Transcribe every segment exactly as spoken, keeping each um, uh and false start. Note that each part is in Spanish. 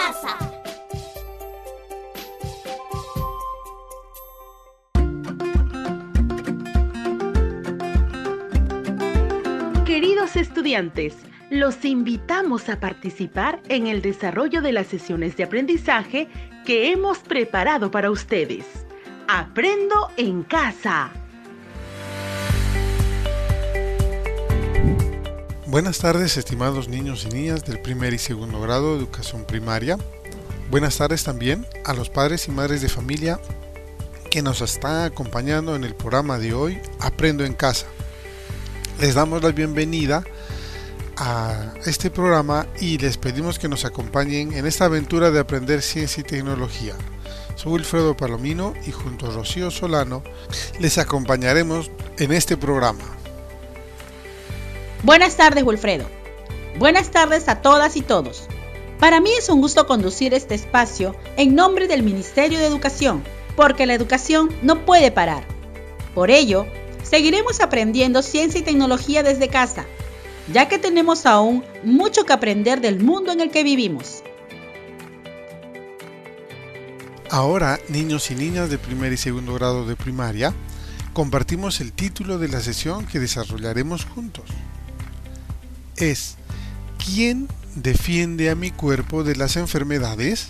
casa. Queridos estudiantes, los invitamos a participar en el desarrollo de las sesiones de aprendizaje que hemos preparado para ustedes. Aprendo en casa. Buenas tardes, estimados niños y niñas del primer y segundo grado de educación primaria. Buenas tardes también a los padres y madres de familia que nos están acompañando en el programa de hoy, Aprendo en casa. Les damos la bienvenida a este programa y les pedimos que nos acompañen en esta aventura de aprender ciencia y tecnología. Soy Wilfredo Palomino y junto a Rocío Solano les acompañaremos en este programa. Buenas tardes, Wilfredo. Buenas tardes a todas y todos. Para mí es un gusto conducir este espacio en nombre del Ministerio de Educación, porque la educación no puede parar. Por ello, seguiremos aprendiendo ciencia y tecnología desde casa, ya que tenemos aún mucho que aprender del mundo en el que vivimos. Ahora, niños y niñas de primer y segundo grado de primaria, compartimos el título de la sesión que desarrollaremos juntos. Es ¿quién defiende a mi cuerpo de las enfermedades?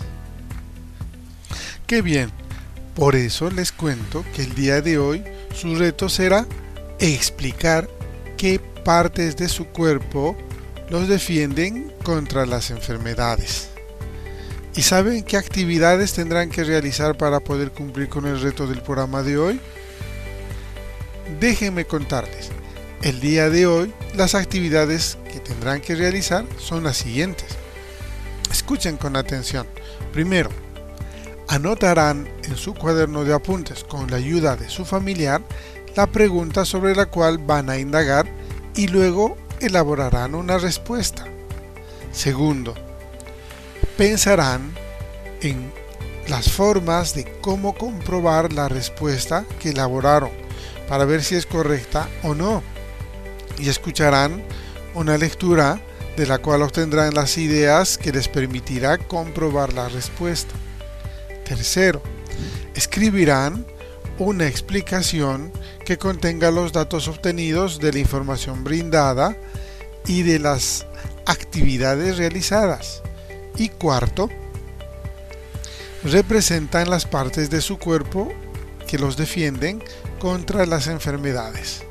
¡Qué bien! Por eso les cuento que el día de hoy su reto será explicar qué partes de su cuerpo los defienden contra las enfermedades. ¿Y saben qué actividades tendrán que realizar para poder cumplir con el reto del programa de hoy? Déjenme contarles. El día de hoy, las actividades que tendrán que realizar son las siguientes. Escuchen con atención. Primero, anotarán en su cuaderno de apuntes con la ayuda de su familiar la pregunta sobre la cual van a indagar y luego elaborarán una respuesta. Segundo, pensarán en las formas de cómo comprobar la respuesta que elaboraron para ver si es correcta o no. Y escucharán una lectura de la cual obtendrán las ideas que les permitirá comprobar la respuesta. Tercero, escribirán una explicación que contenga los datos obtenidos de la información brindada y de las actividades realizadas. Y cuarto, representan las partes de su cuerpo que los defienden contra las enfermedades.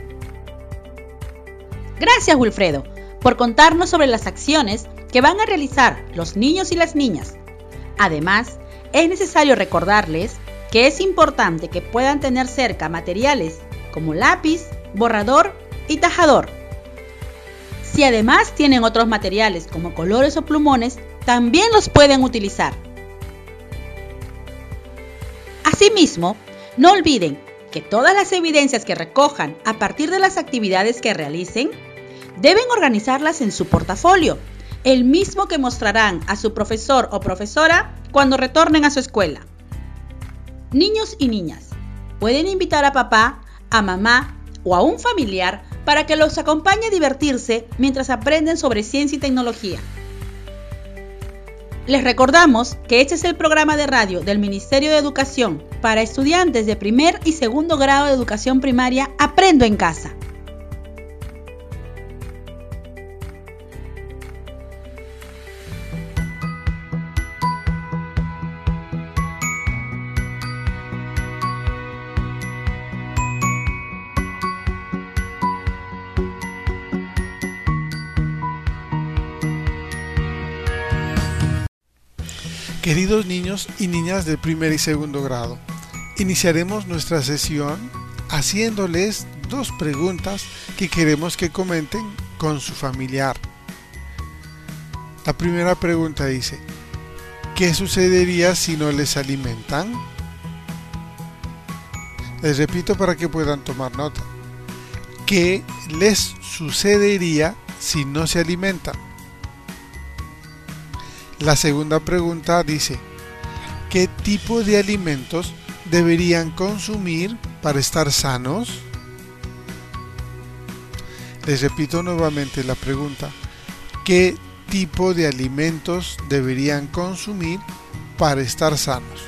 Gracias, Wilfredo, por contarnos sobre las acciones que van a realizar los niños y las niñas. Además, es necesario recordarles que es importante que puedan tener cerca materiales como lápiz, borrador y tajador. Si además tienen otros materiales como colores o plumones, también los pueden utilizar. Asimismo, no olviden que todas las evidencias que recojan a partir de las actividades que realicen, deben organizarlas en su portafolio, el mismo que mostrarán a su profesor o profesora cuando retornen a su escuela. Niños y niñas, pueden invitar a papá, a mamá o a un familiar para que los acompañe a divertirse mientras aprenden sobre ciencia y tecnología. Les recordamos que este es el programa de radio del Ministerio de Educación para estudiantes de primer y segundo grado de educación primaria Aprendo en Casa. Queridos niños y niñas de primer y segundo grado, iniciaremos nuestra sesión haciéndoles dos preguntas que queremos que comenten con su familiar. La primera pregunta dice: ¿qué sucedería si no les alimentan? Les repito para que puedan tomar nota. ¿Qué les sucedería si no se alimentan? La segunda pregunta dice: ¿qué tipo de alimentos deberían consumir para estar sanos? Les repito nuevamente la pregunta: ¿qué tipo de alimentos deberían consumir para estar sanos?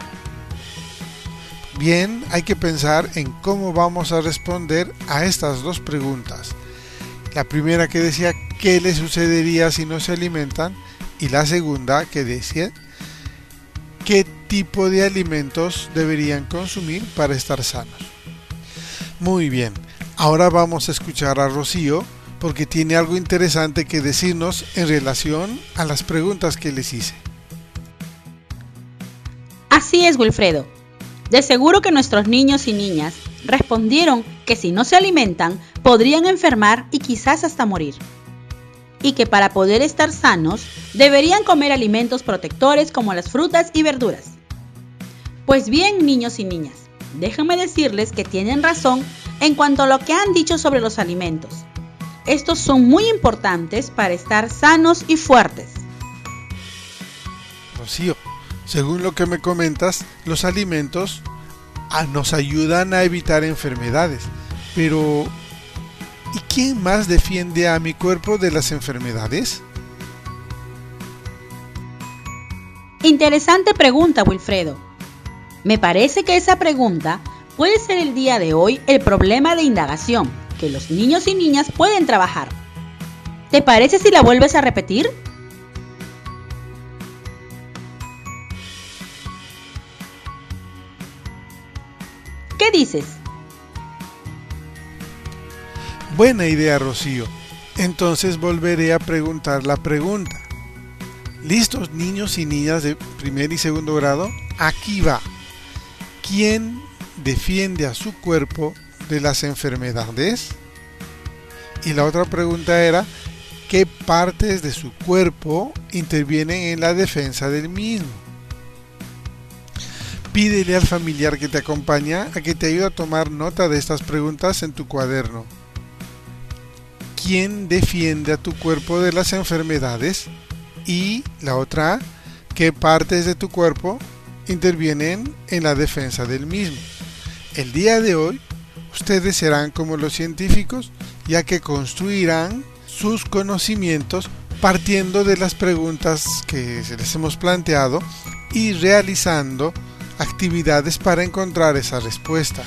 Bien, hay que pensar en cómo vamos a responder a estas dos preguntas. La primera que decía qué le sucedería si no se alimentan, y la segunda que decía qué tipo de alimentos deberían consumir para estar sanos. Muy bien, ahora vamos a escuchar a Rocío porque tiene algo interesante que decirnos en relación a las preguntas que les hice. Así es, Wilfredo. De seguro que nuestros niños y niñas respondieron que si no se alimentan podrían enfermar y quizás hasta morir. Y que para poder estar sanos deberían comer alimentos protectores como las frutas y verduras. Pues bien, niños y niñas, déjenme decirles que tienen razón en cuanto a lo que han dicho sobre los alimentos. Estos son muy importantes para estar sanos y fuertes. Rocío, según lo que me comentas, los alimentos nos ayudan a evitar enfermedades, pero ¿y quién más defiende a mi cuerpo de las enfermedades? Interesante pregunta, Wilfredo. Me parece que esa pregunta puede ser el día de hoy el problema de indagación que los niños y niñas pueden trabajar. ¿Te parece si la vuelves a repetir? ¿Qué dices? Buena idea, Rocío. Entonces volveré a preguntar la pregunta. ¿Listos, niños y niñas de primer y segundo grado? Aquí va. ¿Quién defiende a su cuerpo de las enfermedades? Y la otra pregunta era, ¿qué partes de su cuerpo intervienen en la defensa del mismo? Pídele al familiar que te acompaña a que te ayude a tomar nota de estas preguntas en tu cuaderno. ¿Quién defiende a tu cuerpo de las enfermedades? Y la otra, ¿qué partes de tu cuerpo intervienen en la defensa del mismo? El día de hoy, ustedes serán como los científicos, ya que construirán sus conocimientos partiendo de las preguntas que les hemos planteado y realizando actividades para encontrar esa respuesta.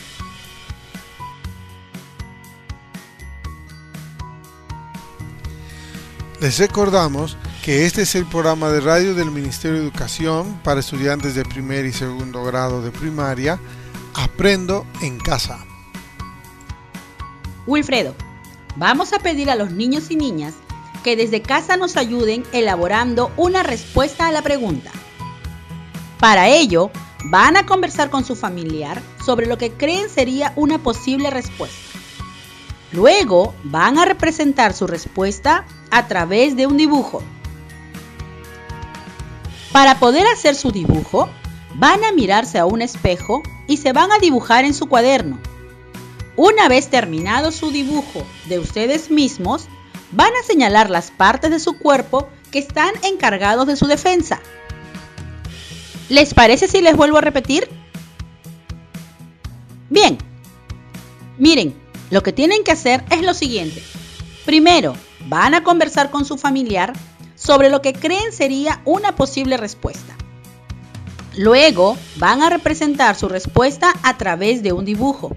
Les recordamos que este es el programa de radio del Ministerio de Educación para estudiantes de primer y segundo grado de primaria, Aprendo en Casa. Wilfredo, vamos a pedir a los niños y niñas que desde casa nos ayuden elaborando una respuesta a la pregunta. Para ello, van a conversar con su familiar sobre lo que creen sería una posible respuesta. Luego, van a representar su respuesta a través de un dibujo. Para poder hacer su dibujo, van a mirarse a un espejo y se van a dibujar en su cuaderno. Una vez terminado su dibujo de ustedes mismos, van a señalar las partes de su cuerpo que están encargados de su defensa. ¿Les parece si les vuelvo a repetir? Bien, miren, lo que tienen que hacer es lo siguiente. Primero, van a conversar con su familiar sobre lo que creen sería una posible respuesta. Luego, van a representar su respuesta a través de un dibujo.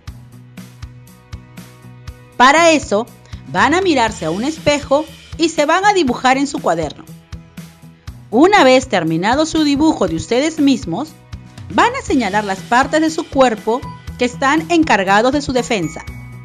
Para eso, van a mirarse a un espejo y se van a dibujar en su cuaderno. Una vez terminado su dibujo de ustedes mismos, van a señalar las partes de su cuerpo que están encargados de su defensa.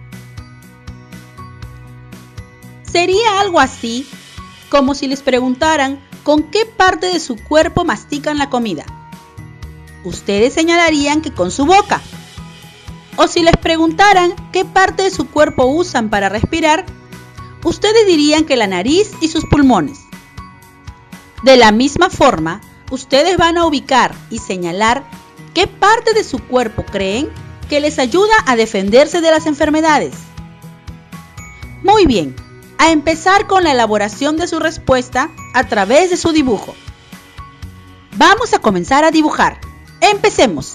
Sería algo así como si les preguntaran con qué parte de su cuerpo mastican la comida. Ustedes señalarían que con su boca. O si les preguntaran qué parte de su cuerpo usan para respirar, ustedes dirían que la nariz y sus pulmones. De la misma forma, ustedes van a ubicar y señalar qué parte de su cuerpo creen que les ayuda a defenderse de las enfermedades. Muy bien, a empezar con la elaboración de su respuesta a través de su dibujo. Vamos a comenzar a dibujar. ¡Empecemos!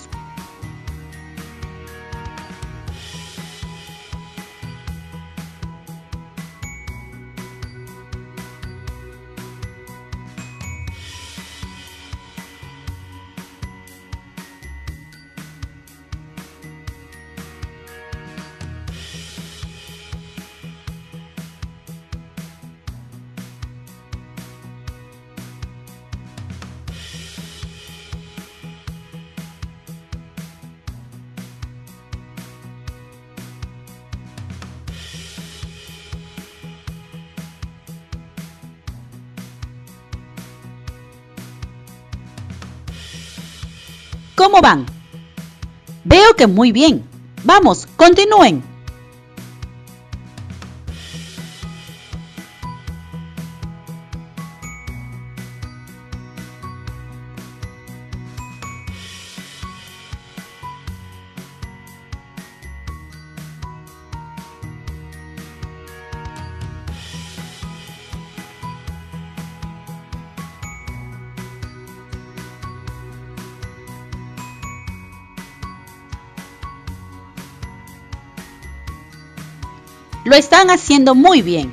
¿Cómo van? Veo que muy bien. Vamos, continúen. Lo están haciendo muy bien.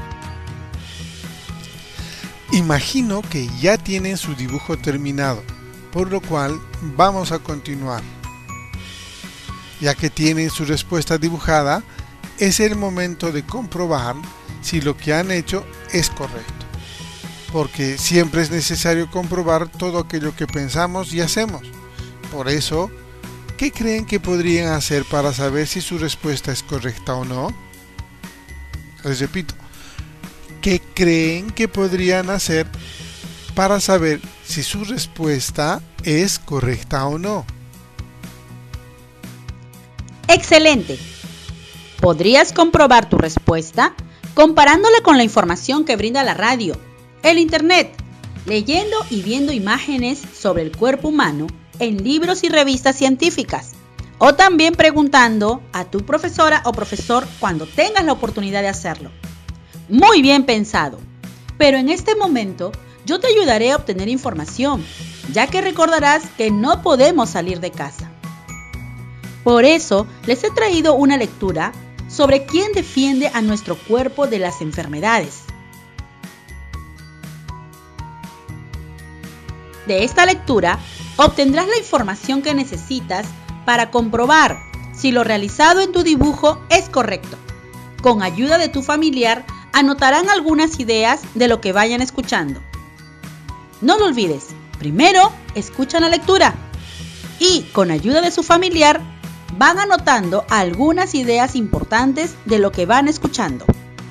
Imagino que ya tienen su dibujo terminado, por lo cual vamos a continuar. Ya que tienen su respuesta dibujada, es el momento de comprobar si lo que han hecho es correcto. Porque siempre es necesario comprobar todo aquello que pensamos y hacemos. Por eso, ¿qué creen que podrían hacer para saber si su respuesta es correcta o no? Les repito, ¿qué creen que podrían hacer para saber si su respuesta es correcta o no? ¡Excelente! Podrías comprobar tu respuesta comparándola con la información que brinda la radio, el internet, leyendo y viendo imágenes sobre el cuerpo humano en libros y revistas científicas. O también preguntando a tu profesora o profesor cuando tengas la oportunidad de hacerlo. Muy bien pensado. Pero en este momento yo te ayudaré a obtener información, ya que recordarás que no podemos salir de casa. Por eso les he traído una lectura sobre quién defiende a nuestro cuerpo de las enfermedades. De esta lectura obtendrás la información que necesitas para comprobar si lo realizado en tu dibujo es correcto. Con ayuda de tu familiar, anotarán algunas ideas de lo que vayan escuchando. No lo olvides, primero escuchan la lectura y con ayuda de su familiar van anotando algunas ideas importantes de lo que van escuchando.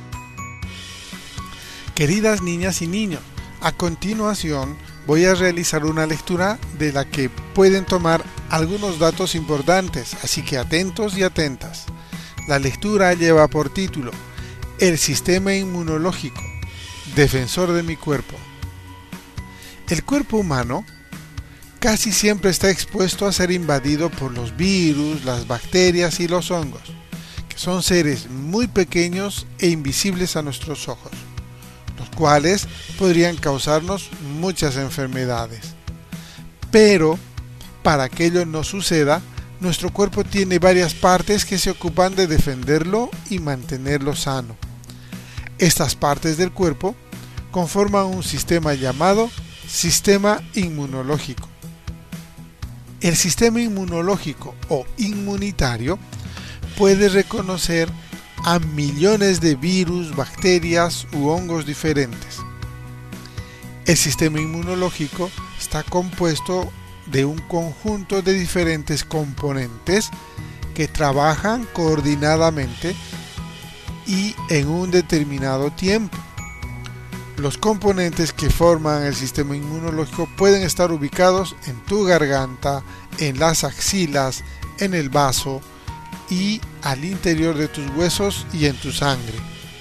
Queridas niñas y niños, a continuación voy a realizar una lectura de la que pueden tomar algunos datos importantes, así que atentos y atentas. La lectura lleva por título El sistema inmunológico, defensor de mi cuerpo. El cuerpo humano casi siempre está expuesto a ser invadido por los virus, las bacterias y los hongos, que son seres muy pequeños e invisibles a nuestros ojos, los cuales podrían causarnos muchas enfermedades. Pero, para que ello no suceda, nuestro cuerpo tiene varias partes que se ocupan de defenderlo y mantenerlo sano. Estas partes del cuerpo conforman un sistema llamado sistema inmunológico. El sistema inmunológico o inmunitario puede reconocer a millones de virus, bacterias u hongos diferentes. El sistema inmunológico está compuesto de un conjunto de diferentes componentes que trabajan coordinadamente y en un determinado tiempo. Los componentes que forman el sistema inmunológico pueden estar ubicados en tu garganta, en las axilas, en el vaso y al interior de tus huesos y en tu sangre.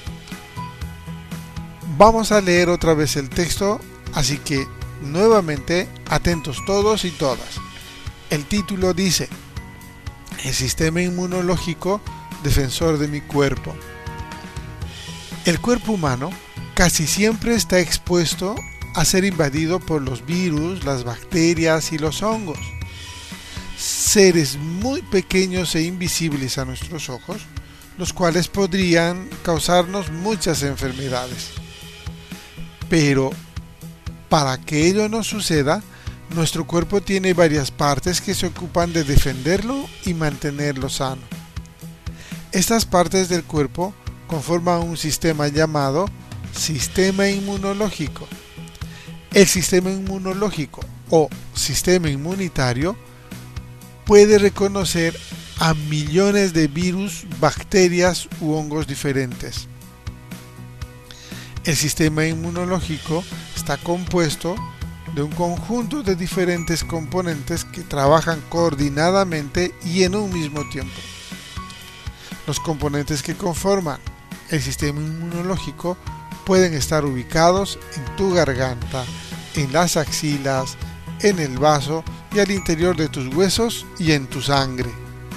Vamos a leer otra vez el texto, así que nuevamente atentos todos y todas. El título dice: El sistema inmunológico, defensor de mi cuerpo. El cuerpo humano casi siempre está expuesto a ser invadido por los virus, las bacterias y los hongos. Seres muy pequeños e invisibles a nuestros ojos, los cuales podrían causarnos muchas enfermedades. Pero, para que ello no suceda, nuestro cuerpo tiene varias partes que se ocupan de defenderlo y mantenerlo sano. Estas partes del cuerpo conforman un sistema llamado sistema inmunológico. El sistema inmunológico o sistema inmunitario puede reconocer a millones de virus, bacterias u hongos diferentes. El sistema inmunológico está compuesto de un conjunto de diferentes componentes que trabajan coordinadamente y en un mismo tiempo. Los componentes que conforman el sistema inmunológico pueden estar ubicados en tu garganta, en las axilas, en el vaso y al interior de tus huesos y en tu sangre.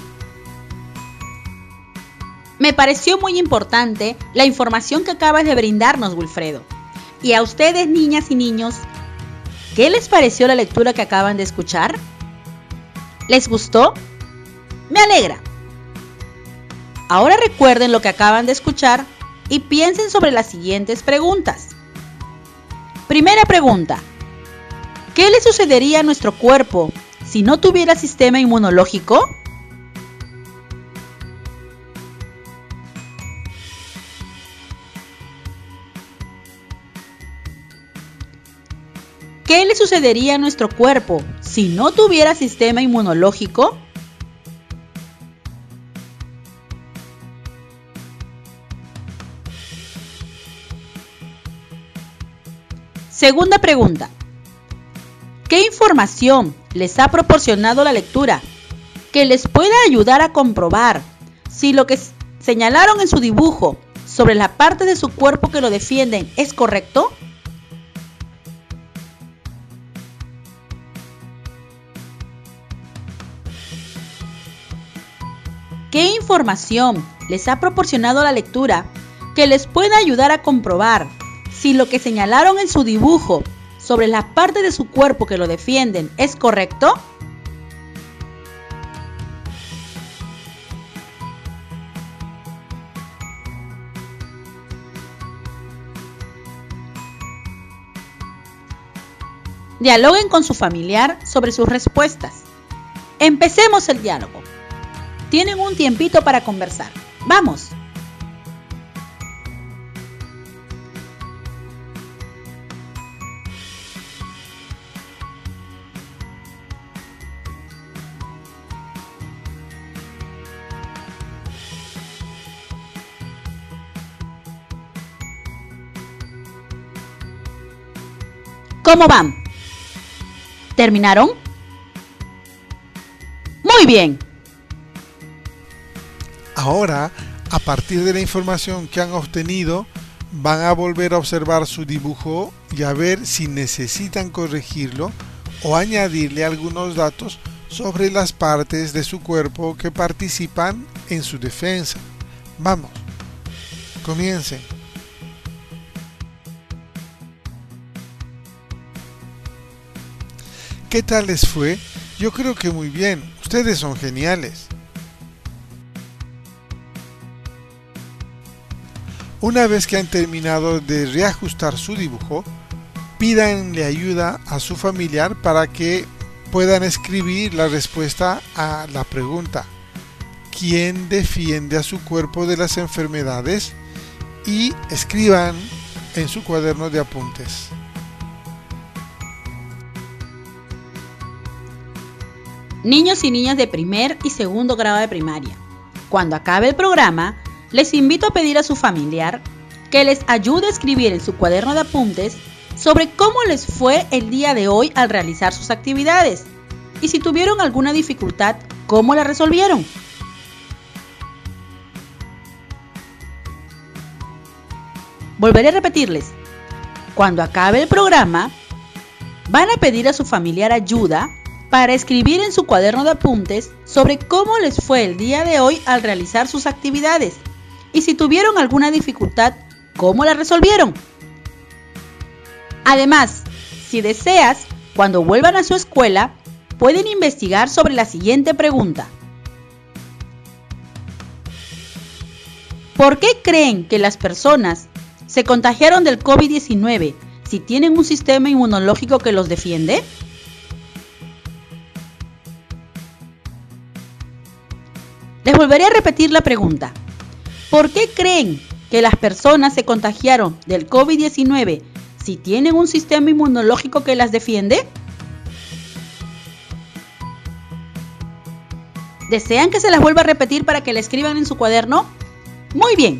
Me pareció muy importante la información que acabas de brindarnos, Wilfredo. Y a ustedes, niñas y niños, ¿qué les pareció la lectura que acaban de escuchar? ¿Les gustó? Me alegra. Ahora recuerden lo que acaban de escuchar y piensen sobre las siguientes preguntas. Primera pregunta: ¿qué le sucedería a nuestro cuerpo si no tuviera sistema inmunológico? ¿Qué le sucedería a nuestro cuerpo si no tuviera sistema inmunológico? Segunda pregunta: ¿qué información les ha proporcionado la lectura que les pueda ayudar a comprobar si lo que señalaron en su dibujo sobre la parte de su cuerpo que lo defienden es correcto? ¿Qué información les ha proporcionado la lectura que les pueda ayudar a comprobar si lo que señalaron en su dibujo sobre la parte de su cuerpo que lo defienden es correcto? Dialoguen con su familiar sobre sus respuestas. Empecemos el diálogo. Tienen un tiempito para conversar. ¡Vamos! ¿Cómo van? ¿Terminaron? Muy bien. Ahora, a partir de la información que han obtenido, van a volver a observar su dibujo y a ver si necesitan corregirlo o añadirle algunos datos sobre las partes de su cuerpo que participan en su defensa. Vamos, comiencen. ¿Qué tal les fue? Yo creo que muy bien. Ustedes son geniales. Una vez que han terminado de reajustar su dibujo, pídanle ayuda a su familiar para que puedan escribir la respuesta a la pregunta: ¿quién defiende a su cuerpo de las enfermedades? Y escriban en su cuaderno de apuntes. Niños y niñas de primer y segundo grado de primaria, cuando acabe el programa, les invito a pedir a su familiar que les ayude a escribir en su cuaderno de apuntes sobre cómo les fue el día de hoy al realizar sus actividades y si tuvieron alguna dificultad, cómo la resolvieron. Volveré a repetirles. Cuando acabe el programa, van a pedir a su familiar ayuda para escribir en su cuaderno de apuntes sobre cómo les fue el día de hoy al realizar sus actividades y si tuvieron alguna dificultad, cómo la resolvieron. Además, si deseas, cuando vuelvan a su escuela, pueden investigar sobre la siguiente pregunta: ¿por qué creen que las personas se contagiaron del COVID diecinueve si tienen un sistema inmunológico que los defiende? Les volveré a repetir la pregunta. ¿Por qué creen que las personas se contagiaron del COVID diecinueve si tienen un sistema inmunológico que las defiende? ¿Desean que se las vuelva a repetir para que la escriban en su cuaderno? Muy bien.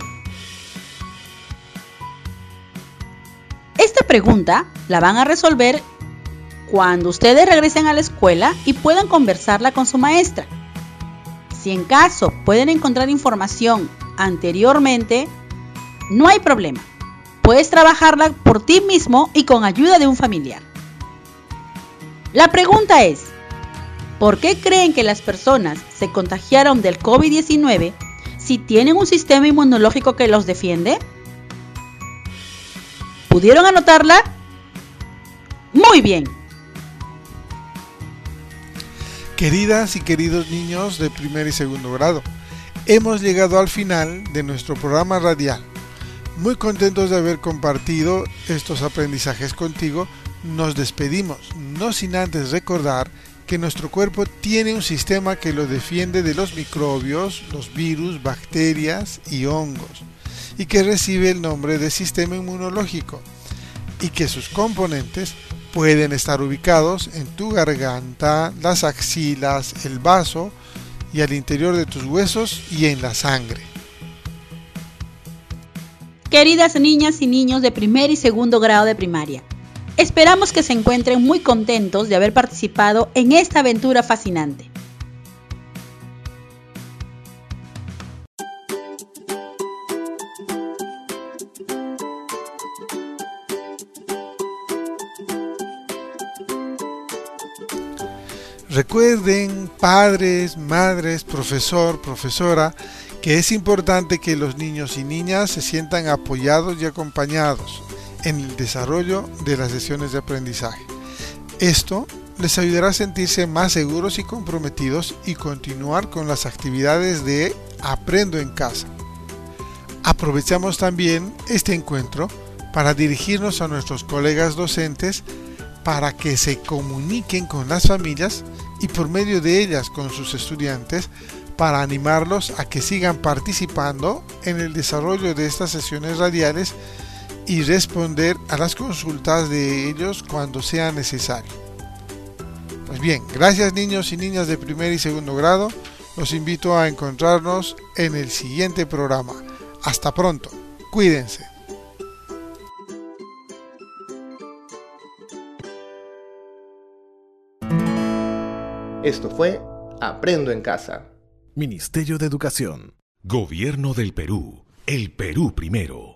Esta pregunta la van a resolver cuando ustedes regresen a la escuela y puedan conversarla con su maestra. Si en caso pueden encontrar información anteriormente, no hay problema. Puedes trabajarla por ti mismo y con ayuda de un familiar. La pregunta es, ¿por qué creen que las personas se contagiaron del COVID diecinueve si tienen un sistema inmunológico que los defiende? ¿Pudieron anotarla? Muy bien. Queridas y queridos niños de primer y segundo grado, hemos llegado al final de nuestro programa radial. Muy contentos de haber compartido estos aprendizajes contigo. Nos despedimos, no sin antes recordar que nuestro cuerpo tiene un sistema que lo defiende de los microbios, los virus, bacterias y hongos, y que recibe el nombre de sistema inmunológico, y que sus componentes pueden estar ubicados en tu garganta, las axilas, el vaso y al interior de tus huesos y en la sangre. Queridas niñas y niños de primer y segundo grado de primaria, esperamos que se encuentren muy contentos de haber participado en esta aventura fascinante. Recuerden, padres, madres, profesor, profesora, que es importante que los niños y niñas se sientan apoyados y acompañados en el desarrollo de las sesiones de aprendizaje. Esto les ayudará a sentirse más seguros y comprometidos y continuar con las actividades de Aprendo en Casa. Aprovechamos también este encuentro para dirigirnos a nuestros colegas docentes para que se comuniquen con las familias y por medio de ellas con sus estudiantes para animarlos a que sigan participando en el desarrollo de estas sesiones radiales y responder a las consultas de ellos cuando sea necesario. Pues bien, gracias niños y niñas de primer y segundo grado. Los invito a encontrarnos en el siguiente programa. Hasta pronto. Cuídense. Esto fue Aprendo en Casa. Ministerio de Educación. Gobierno del Perú. El Perú primero.